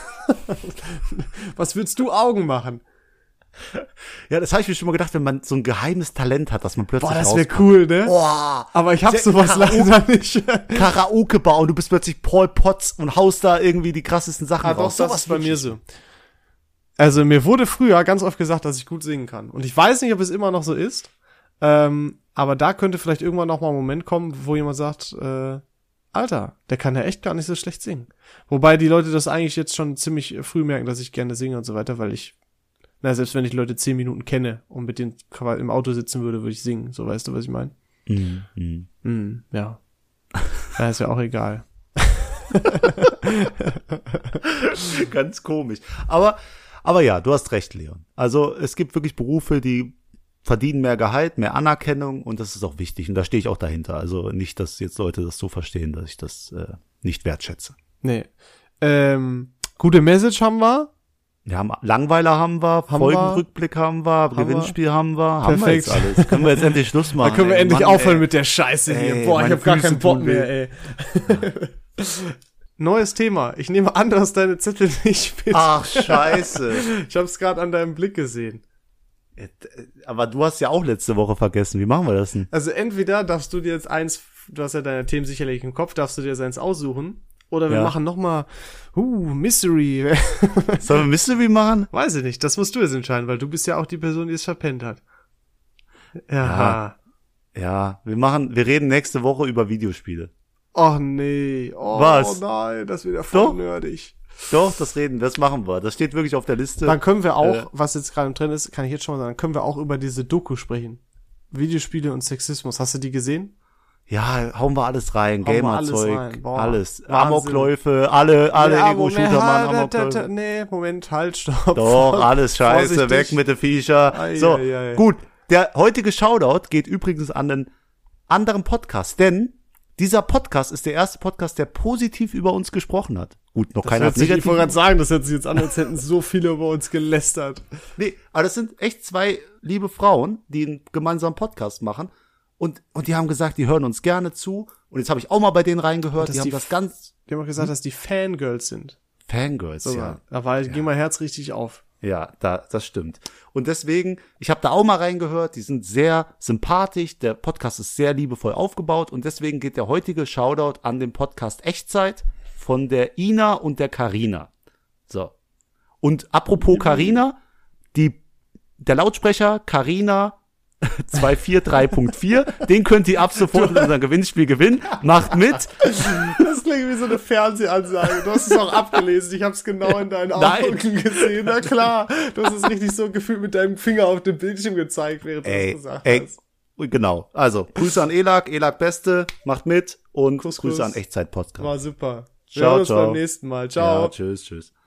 Was würdest du Augen machen? Ja, das habe ich mir schon mal gedacht, wenn man so ein geheimes Talent hat, dass man plötzlich das wäre cool, ne? Boah, aber ich hab sowas leider nicht. Karaoke bauen, du bist plötzlich Paul Potts und haust da irgendwie die krassesten Sachen raus. Doch, das ist bei mir so. Also mir wurde früher ganz oft gesagt, dass ich gut singen kann. Und ich weiß nicht, ob es immer noch so ist. Aber da könnte vielleicht irgendwann noch mal ein Moment kommen, wo jemand sagt, Alter, der kann ja echt gar nicht so schlecht singen. Wobei die Leute das eigentlich jetzt schon ziemlich früh merken, dass ich gerne singe und so weiter, weil selbst wenn ich Leute 10 Minuten kenne und mit denen im Auto sitzen würde ich singen. So, weißt du, was ich meine? Ja. Ja, ist ja auch egal. Ganz komisch. Aber ja, du hast recht, Leon. Also es gibt wirklich Berufe, die verdienen mehr Gehalt, mehr Anerkennung und das ist auch wichtig und da stehe ich auch dahinter. Also nicht, dass jetzt Leute das so verstehen, dass ich das nicht wertschätze. Nee. Gute Message haben wir. Wir haben Langweiler haben wir, Folgenrückblick haben wir, Gewinnspiel haben wir. Haben wir Perfekt. jetzt alles. Können wir jetzt endlich Schluss machen. Da können wir endlich Mann, aufhören mit der Scheiße hier. Ey, Boah, ich meine hab gar Füße keinen Bock tun mehr, ey. Neues Thema. Ich nehme an, dass deine Zettel nicht mit. Ach, scheiße. Ich hab's gerade an deinem Blick gesehen. Aber du hast ja auch letzte Woche vergessen. Wie machen wir das denn? Also entweder darfst du dir jetzt eins, du hast ja deine Themen sicherlich im Kopf, darfst du dir jetzt eins aussuchen. Oder wir machen nochmal, Mystery. Sollen wir Mystery machen? Weiß ich nicht, das musst du jetzt entscheiden, weil du bist ja auch die Person, die es verpennt hat. Ja. Ja, wir reden nächste Woche über Videospiele. Oh nee. Oh Was? Nein, das wird ja voll Doch. nerdig. Doch, das machen wir. Das steht wirklich auf der Liste. Dann können wir auch, was jetzt gerade im Trend ist, kann ich jetzt schon mal sagen, dann können wir auch über diese Doku sprechen. Videospiele und Sexismus. Hast du die gesehen? Ja, hauen wir alles rein. Hauen wir Gamerzeug, alles rein. Boah, alles. Wahnsinn. Amokläufe, alle Ja, Ego-Shooter machen Amokläufe. Nee, Moment, halt, stopp. Doch, alles scheiße, Vorsichtig. weg mit den Viecher. Ei, So, ei, ei. gut. Der heutige Shoutout geht übrigens an einen anderen Podcast, denn dieser Podcast ist der erste Podcast, der positiv über uns gesprochen hat. Gut, noch keiner hat Ich negativ. wollte gerade sagen, das hört sich jetzt an, als hätten so viele über uns gelästert. Nee, aber das sind echt zwei liebe Frauen, die einen gemeinsamen Podcast machen. Und die haben gesagt, die hören uns gerne zu. Und jetzt habe ich auch mal bei denen reingehört. Die haben das ganz Die haben auch gesagt, dass die Fangirls sind. Fangirls, So, ja. Da ging mein Herz richtig auf. Ja, das stimmt. Und deswegen, ich habe da auch mal reingehört, die sind sehr sympathisch, der Podcast ist sehr liebevoll aufgebaut und deswegen geht der heutige Shoutout an den Podcast Echtzeit von der Ina und der Carina. So. Und apropos Carina, der Lautsprecher Carina 243.4, den könnt ihr ab sofort in unserem Gewinnspiel gewinnen. Macht mit. Das klingt wie so eine Fernsehansage. Du hast es auch abgelesen. Ich habe es genau in deinen Augen gesehen. Na klar. Du hast es richtig so gefühlt mit deinem Finger auf dem Bildschirm gezeigt, während du es gesagt hast. Genau. Also, Grüße an Elak Beste, macht mit und Kuss. Grüße an Echtzeit-Podcast. War super. Wir Ciao, hören uns ciao. beim nächsten Mal. Ciao. Ja, tschüss.